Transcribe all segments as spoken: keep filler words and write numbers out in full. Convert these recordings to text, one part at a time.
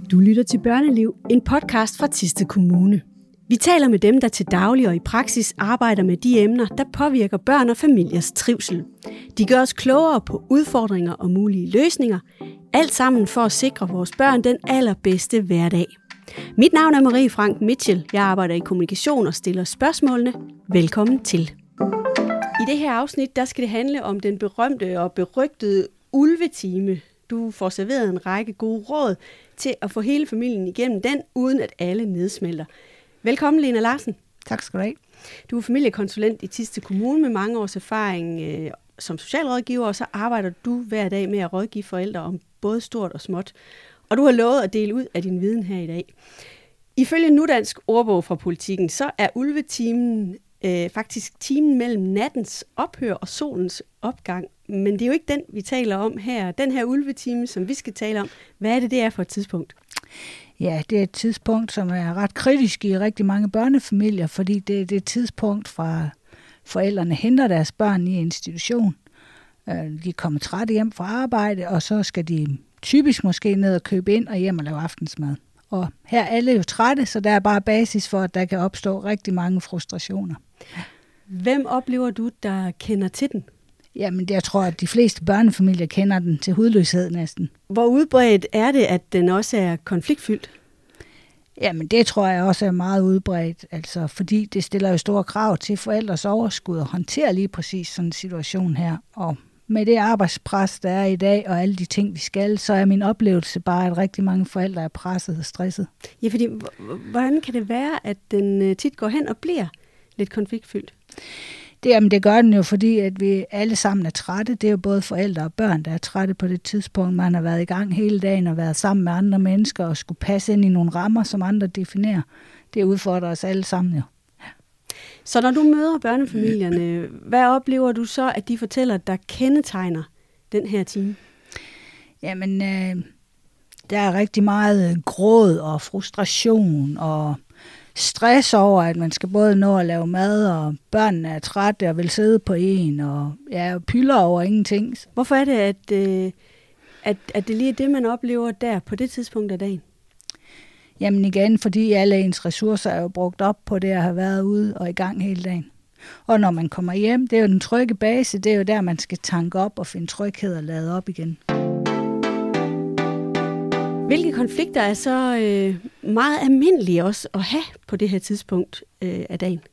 Du lytter til Børneliv, en podcast fra Thisted Kommune. Vi taler med dem, der til daglig og i praksis arbejder med de emner, der påvirker børn og familiers trivsel. De gør os klogere på udfordringer og mulige løsninger. Alt sammen for at sikre vores børn den allerbedste hverdag. Mit navn er Marie Frank Mitchell. Jeg arbejder i kommunikation og stiller spørgsmålene. Velkommen til. I det her afsnit, der skal det handle om den berømte og berygtede ulvetime. Du får serveret en række gode råd til at få hele familien igennem den, uden at alle nedsmelter. Velkommen, Lena Larsen. Tak skal du have. Du er familiekonsulent i Thisted Kommune med mange års erfaring øh, som socialrådgiver, og så arbejder du hver dag med at rådgive forældre om både stort og småt. Og du har lovet at dele ud af din viden her i dag. Ifølge Nudansk Ordbog fra Politikken, så er ulvetimen øh, faktisk timen mellem nattens ophør og solens opgang. Men det er jo ikke den, vi taler om her. Den her ulvetime, som vi skal tale om, hvad er det, det er for et tidspunkt? Ja, det er et tidspunkt, som er ret kritisk i rigtig mange børnefamilier, fordi det er det tidspunkt, fra forældrene henter deres børn i institution. De kommer trætte hjem fra arbejde, og så skal de typisk måske ned og købe ind og hjem og lave aftensmad. Og her er alle jo trætte, så der er bare basis for, at der kan opstå rigtig mange frustrationer. Hvem oplever du, der kender til den? Jamen, jeg tror, at de fleste børnefamilier kender den til hudløshed næsten. Hvor udbredt er det, at den også er konfliktfyldt? Jamen, det tror jeg også er meget udbredt, altså, fordi det stiller jo store krav til forældres overskud at håndtere lige præcis sådan en situation her. Og med det arbejdspres, der er i dag, og alle de ting, vi skal, så er min oplevelse bare, at rigtig mange forældre er presset og stresset. Ja, fordi hvordan kan det være, at den tit går hen og bliver lidt konfliktfyldt? Det, jamen, det gør den jo, fordi at vi alle sammen er trætte. Det er jo både forældre og børn, der er trætte på det tidspunkt. Man har været i gang hele dagen og været sammen med andre mennesker og skulle passe ind i nogle rammer, som andre definerer. Det udfordrer os alle sammen jo. Ja. Så når du møder børnefamilierne, hvad oplever du så, at de fortæller, der kendetegner den her time? Jamen, øh, der er rigtig meget gråd og frustration og stress over, at man skal både nå at lave mad, og børnene er trætte og vil sidde på en, og ja, pylder over ingenting. Hvorfor er det, at, øh, at, at det lige er det, man oplever der på det tidspunkt af dagen? Jamen igen, fordi alle ens ressourcer er jo brugt op på det at have været ude og i gang hele dagen. Og når man kommer hjem, det er jo den trygge base, det er jo der, man skal tanke op og finde tryghed og lade op igen. Hvilke konflikter er så øh, meget almindelige også at have på det her tidspunkt øh, af dagen?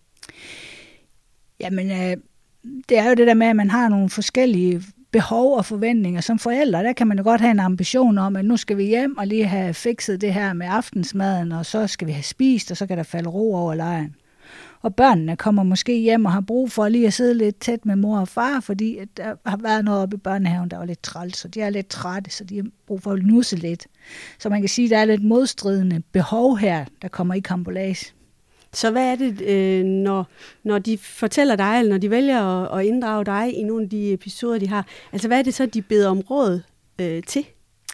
Jamen, øh, det er jo det der med, at man har nogle forskellige behov og forventninger. Som forældre, der kan man jo godt have en ambition om, at nu skal vi hjem og lige have fikset det her med aftensmaden, og så skal vi have spist, og så kan der falde ro over lejren. Og børnene kommer måske hjem og har brug for lige at sidde lidt tæt med mor og far, fordi at der har været noget oppe i børnehaven, der var lidt træls, så de er lidt trætte, så de har brug for at nusse lidt. Så man kan sige, at der er lidt modstridende behov her, der kommer i karambolage. Så hvad er det, øh, når, når de fortæller dig, eller når de vælger at, at inddrage dig i nogle af de episoder, de har? Altså, hvad er det så, de beder om råd øh, til?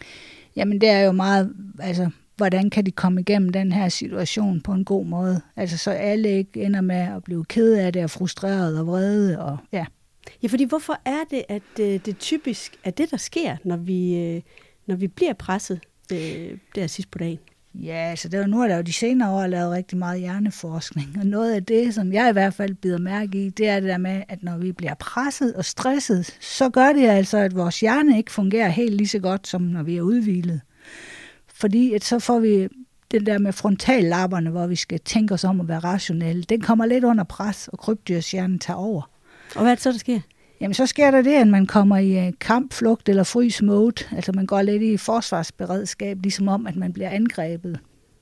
Jamen, det er jo meget, altså, hvordan kan de komme igennem den her situation på en god måde? Altså, så alle ikke ender med at blive ked af det, og frustreret og vrede, og ja. Ja, fordi hvorfor er det, at øh, det typisk er det, der sker, når vi, øh, når vi bliver presset øh, der sidst på dagen? Ja, altså det er jo, nu er der jo de senere år lavet rigtig meget hjerneforskning, og noget af det, som jeg i hvert fald bider mærke i, det er det der med, at når vi bliver presset og stresset, så gør det altså, at vores hjerne ikke fungerer helt lige så godt, som når vi er udhvilet. Fordi at så får vi den der med frontallapperne, hvor vi skal tænke os om at være rationelle, den kommer lidt under pres, og krybdyrshjernen tager over. Og hvad er det så, der sker? Jamen, så sker der det, at man kommer i kamp, flugt eller frys mode. Altså, man går lidt i forsvarsberedskab, ligesom om, at man bliver angrebet.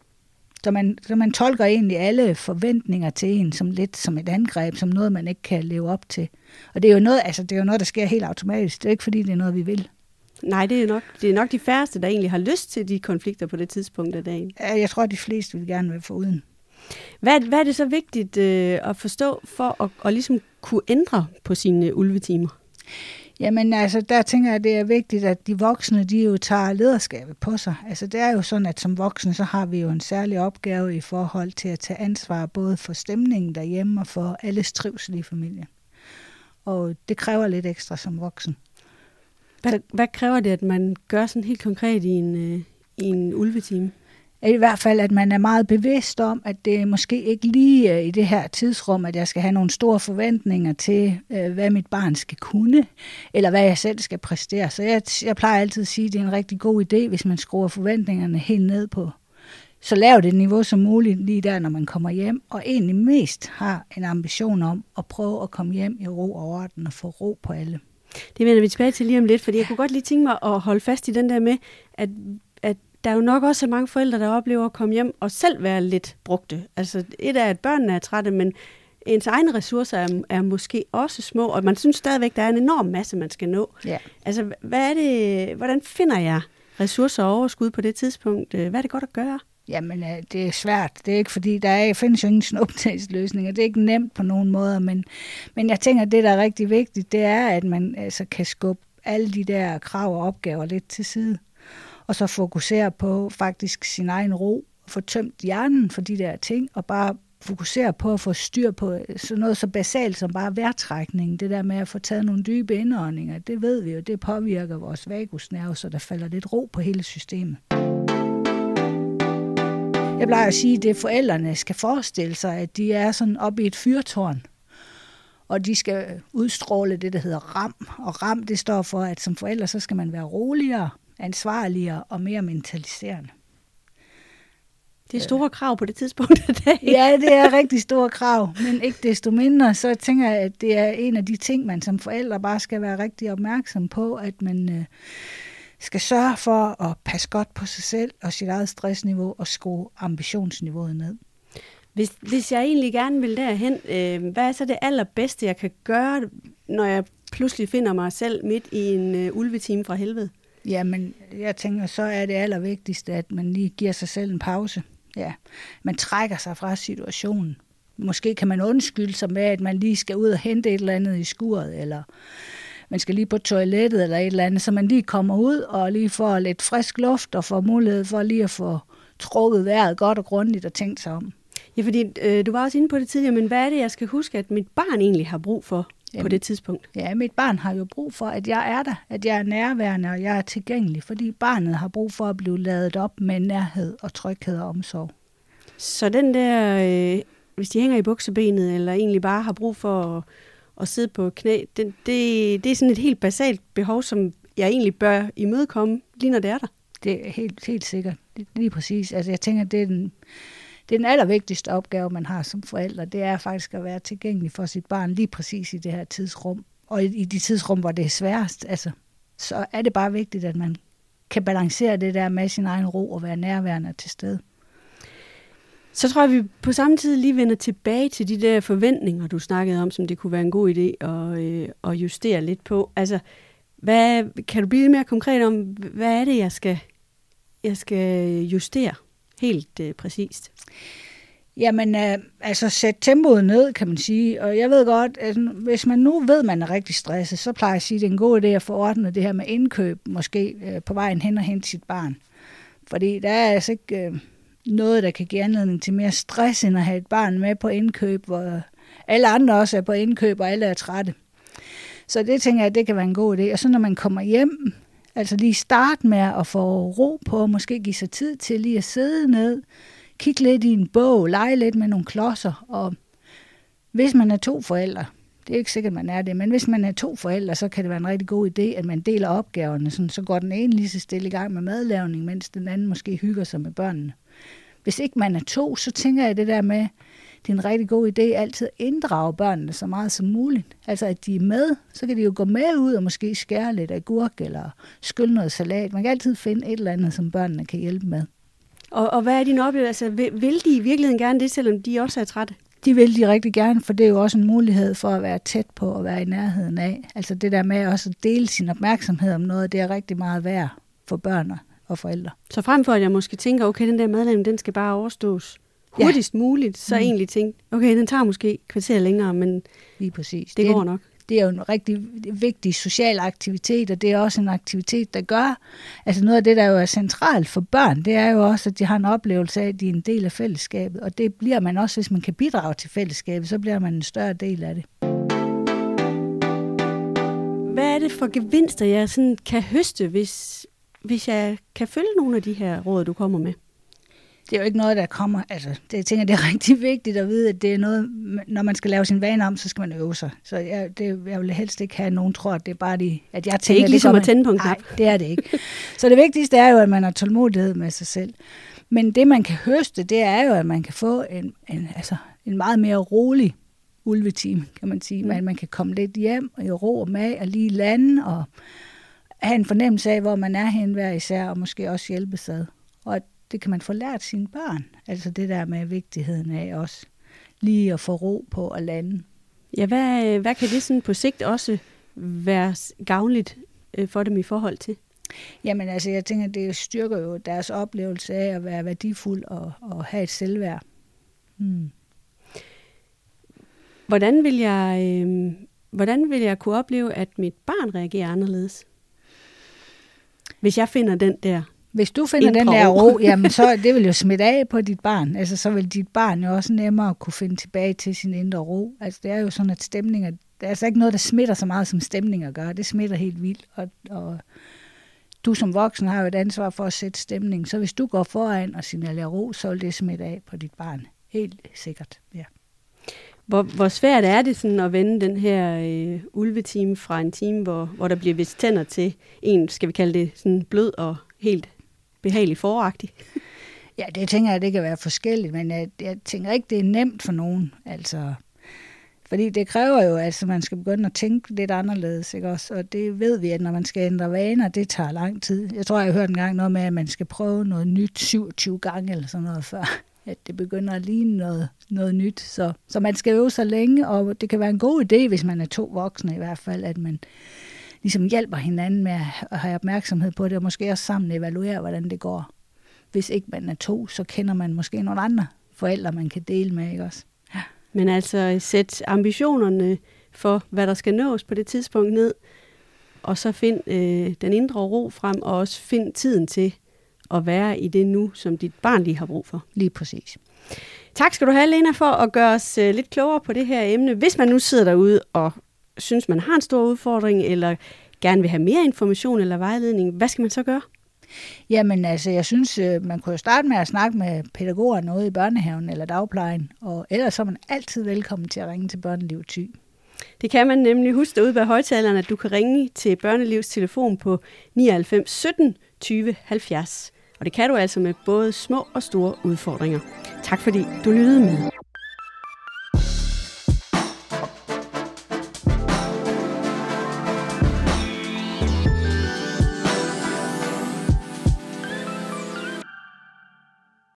Så man, så man tolker egentlig alle forventninger til en som lidt som et angreb, som noget, man ikke kan leve op til. Og det er jo noget, altså, det er jo noget, der sker helt automatisk. Det er ikke, fordi det er noget, vi vil. Nej, det er nok, det er nok de færreste, der egentlig har lyst til de konflikter på det tidspunkt af dagen. Ja, jeg tror, at de fleste vil gerne være foruden. Hvad, hvad er det så vigtigt øh, at forstå for at, at ligesom kunne ændre på sine ulvetimer? Jamen altså, der tænker jeg, at det er vigtigt, at de voksne, de jo tager lederskabet på sig. Altså det er jo sådan, at som voksne, så har vi jo en særlig opgave i forhold til at tage ansvar både for stemningen derhjemme og for alles trivsel i familien. Og det kræver lidt ekstra som voksen. Hvad, hvad kræver det, at man gør sådan helt konkret i en, øh, i en ulvetime? I hvert fald, at man er meget bevidst om, at det måske ikke lige i det her tidsrum, at jeg skal have nogle store forventninger til, hvad mit barn skal kunne, eller hvad jeg selv skal præstere. Så jeg, jeg plejer altid at sige, at det er en rigtig god idé, hvis man skruer forventningerne helt ned på så lavt et niveau som muligt lige der, når man kommer hjem, og egentlig mest har en ambition om at prøve at komme hjem i ro og orden og få ro på alle. Det vender vi tilbage til lige om lidt, fordi jeg kunne godt lige tænke mig at holde fast i den der med, at, at der er jo nok også mange forældre, der oplever at komme hjem og selv være lidt brugte. Altså et er, at børnene er trætte, men ens egne ressourcer er, er måske også små, og man synes stadigvæk, der er en enorm masse, man skal nå. Ja. Altså, hvad er det, hvordan finder jeg ressourcer og overskud på det tidspunkt? Hvad er det godt at gøre? Jamen, det er svært. Det er ikke fordi, der er, findes jo ingen snuptagsløsninger. Det er ikke nemt på nogen måder, men, men jeg tænker, at det, der er rigtig vigtigt, det er, at man altså kan skubbe alle de der krav og opgaver lidt til side, og så fokusere på faktisk sin egen ro, og få tømt hjernen for de der ting, og bare fokusere på at få styr på sådan noget så basalt som bare vejrtrækning. Det der med at få taget nogle dybe indåndinger, det ved vi jo, det påvirker vores vagusnerve, så der falder lidt ro på hele systemet. Jeg plejer at sige, at det forældrene skal forestille sig, at de er sådan oppe i et fyrtårn, og de skal udstråle det, der hedder RAM. Og RAM, det står for, at som forældre, så skal man være roligere, ansvarligere og mere mentaliserende. Det er store krav på det tidspunkt af dagen. Ja, det er rigtig store krav, men ikke desto mindre, så tænker jeg, at det er en af de ting, man som forældre bare skal være rigtig opmærksom på, at man øh, skal sørge for at passe godt på sig selv og sit eget stressniveau og skrue ambitionsniveauet ned. Hvis, hvis jeg egentlig gerne vil derhen, øh, hvad er så det allerbedste, jeg kan gøre, når jeg pludselig finder mig selv midt i en øh, ulvetime fra helvede? Jamen, jeg tænker, så er det allervigtigste, at man lige giver sig selv en pause. Ja, man trækker sig fra situationen. Måske kan man undskylde sig med, at man lige skal ud og hente et eller andet i skuret, eller man skal lige på toilettet eller et eller andet, så man lige kommer ud og lige får lidt frisk luft og får mulighed for lige at få trukket vejret godt og grundigt og tænkt sig om. Ja, fordi øh, du var også inde på det tidligere, men hvad er det, jeg skal huske, at mit barn egentlig har brug for Jamen, på det tidspunkt? Ja, mit barn har jo brug for, at jeg er der, at jeg er nærværende og jeg er tilgængelig, fordi barnet har brug for at blive ladet op med nærhed og tryghed og omsorg. Så den der, øh, hvis de hænger i buksebenet, eller egentlig bare har brug for at, at sidde på knæ, det, det, det er sådan et helt basalt behov, som jeg egentlig bør imødekomme, lige når det er der. Det er helt, helt sikkert. Det, lige præcis. Altså jeg tænker, det er den... Det er den allervigtigste opgave, man har som forældre, det er faktisk at være tilgængelig for sit barn lige præcis i det her tidsrum. Og i, i de tidsrum, hvor det er sværest, altså, så er det bare vigtigt, at man kan balancere det der med sin egen ro og være nærværende til stede. Så tror jeg, vi på samme tid lige vender tilbage til de der forventninger, du snakkede om, som det kunne være en god idé at, øh, at justere lidt på. Altså, hvad, kan du blive lidt mere konkret om, hvad er det, jeg skal, jeg skal justere? Helt øh, præcist. Jamen, øh, altså sæt tempoet ned, kan man sige. Og jeg ved godt, at hvis man nu ved, at man er rigtig stresset, så plejer jeg at sige, at det er en god idé at få ordnet det her med indkøb, måske øh, på vejen hen og hente sit barn. Fordi der er altså ikke øh, noget, der kan give anledning til mere stress, end at have et barn med på indkøb, hvor alle andre også er på indkøb, og alle er trætte. Så det tænker jeg, at det kan være en god idé. Og så når man kommer hjem, altså lige starte med at få ro på, måske give sig tid til lige at sidde ned, kigge lidt i en bog, lege lidt med nogle klodser. Og hvis man er to forældre, det er ikke sikkert, man er det, men hvis man er to forældre, så kan det være en rigtig god idé, at man deler opgaverne. Sådan, så går den ene lige så stille i gang med madlavning, mens den anden måske hygger sig med børnene. Hvis ikke man er to, så tænker jeg det der med, det er en rigtig god idé altid at inddrage børnene så meget som muligt. Altså at de er med, så kan de jo gå med ud og måske skære lidt agurk eller skylle noget salat. Man kan altid finde et eller andet, som børnene kan hjælpe med. Og, og hvad er din oplevelse? Altså, vil, vil de i virkeligheden gerne det, selvom de også er trætte? De vil de rigtig gerne, for det er jo også en mulighed for at være tæt på og være i nærheden af. Altså det der med også at dele sin opmærksomhed om noget, det er rigtig meget værd for børn og forældre. Så frem for at jeg måske tænker, okay, den der madlavning, den skal bare overstås hurtigst ja. muligt, så mm. egentlig tænke, okay, den tager måske kvarter længere, men lige præcis. det, det går nok. Det er jo en rigtig vigtig social aktivitet, og det er også en aktivitet, der gør, altså noget af det, der jo er centralt for børn, det er jo også, at de har en oplevelse af, at de er en del af fællesskabet, og det bliver man også, hvis man kan bidrage til fællesskabet, så bliver man en større del af det. Hvad er det for gevinster, jeg sådan kan høste, hvis, hvis jeg kan følge nogle af de her råd, du kommer med? Det er jo ikke noget, der kommer, altså det, jeg tænker, det er rigtig vigtigt at vide, at det er noget, når man skal lave sin vane om, så skal man øve sig. Så jeg, det, jeg vil helst ikke have, at nogen tror, at det er bare de, at jeg tænker, det er ikke ligesom det at tænde på en knap. Nej, det er det ikke. Så det vigtigste er jo, at man har tålmodighed med sig selv. Men det, man kan høste, det er jo, at man kan få en, en, altså, en meget mere rolig ulvetime, kan man sige. Mm. Man, man kan komme lidt hjem og i ro og mag og lige lande og have en fornemmelse af, hvor man er hen hver især, og måske også hjælpes ad. Og det kan man få lært sine børn. Altså det der med vigtigheden af også lige at få ro på at lande. Ja, hvad, hvad kan det sådan på sigt også være gavnligt for dem i forhold til? Jamen altså, jeg tænker, det styrker jo deres oplevelse af at være værdifuld og, og have et selvværd. Hmm. Hvordan vil jeg, øh, hvordan vil jeg kunne opleve, at mit barn reagerer anderledes? Hvis jeg finder den der Hvis du finder den der ro, jamen så det vil jo smitte af på dit barn. Altså så vil dit barn jo også nemmere kunne finde tilbage til sin indre ro. Altså det er jo sådan, at stemninger, der er altså ikke noget, der smitter så meget, som stemninger gør. Det smitter helt vildt, og, og du som voksen har jo et ansvar for at sætte stemning. Så hvis du går foran og signalerer ro, så vil det smitte af på dit barn. Helt sikkert, ja. Hvor, hvor svært er det sådan at vende den her øh, ulvetime fra en time, hvor, hvor der bliver vist tænder til en, skal vi kalde det sådan blød og helt behagelig foragtig? Ja, det tænker jeg, det kan være forskelligt, men jeg, jeg tænker ikke, det er nemt for nogen. Altså, fordi det kræver jo, at altså, man skal begynde at tænke lidt anderledes, ikke også? Og det ved vi, at når man skal ændre vaner, det tager lang tid. Jeg tror, jeg har hørt en gang noget med, at man skal prøve noget nyt syvogtyve gange eller sådan noget før, at det begynder at ligne noget, noget nyt. Så, så man skal øve sig længe, og det kan være en god idé, hvis man er to voksne i hvert fald, at man ligesom hjælper hinanden med at have opmærksomhed på det, og måske også sammen evaluere, hvordan det går. Hvis ikke man er to, så kender man måske nogle andre forældre, man kan dele med, ikke også? Ja. Men altså sæt ambitionerne for, hvad der skal nås på det tidspunkt ned, og så find øh, den indre ro frem, og også find tiden til at være i det nu, som dit barn lige har brug for. Lige præcis. Tak skal du have, Lena, for at gøre os øh, lidt klogere på det her emne. Hvis man nu sidder derude og synes, man har en stor udfordring, eller gerne vil have mere information eller vejledning, hvad skal man så gøre? Jamen altså, jeg synes, man kunne jo starte med at snakke med pædagoger noget i børnehaven eller dagplejen, og ellers så er man altid velkommen til at ringe til Børneliv Thy. Det kan man nemlig. Husk derude ved højtalerne, at du kan ringe til Børnelivs telefon på nioghalvfems sytten tyve halvfjerds. Og det kan du altså med både små og store udfordringer. Tak fordi du lyttede med.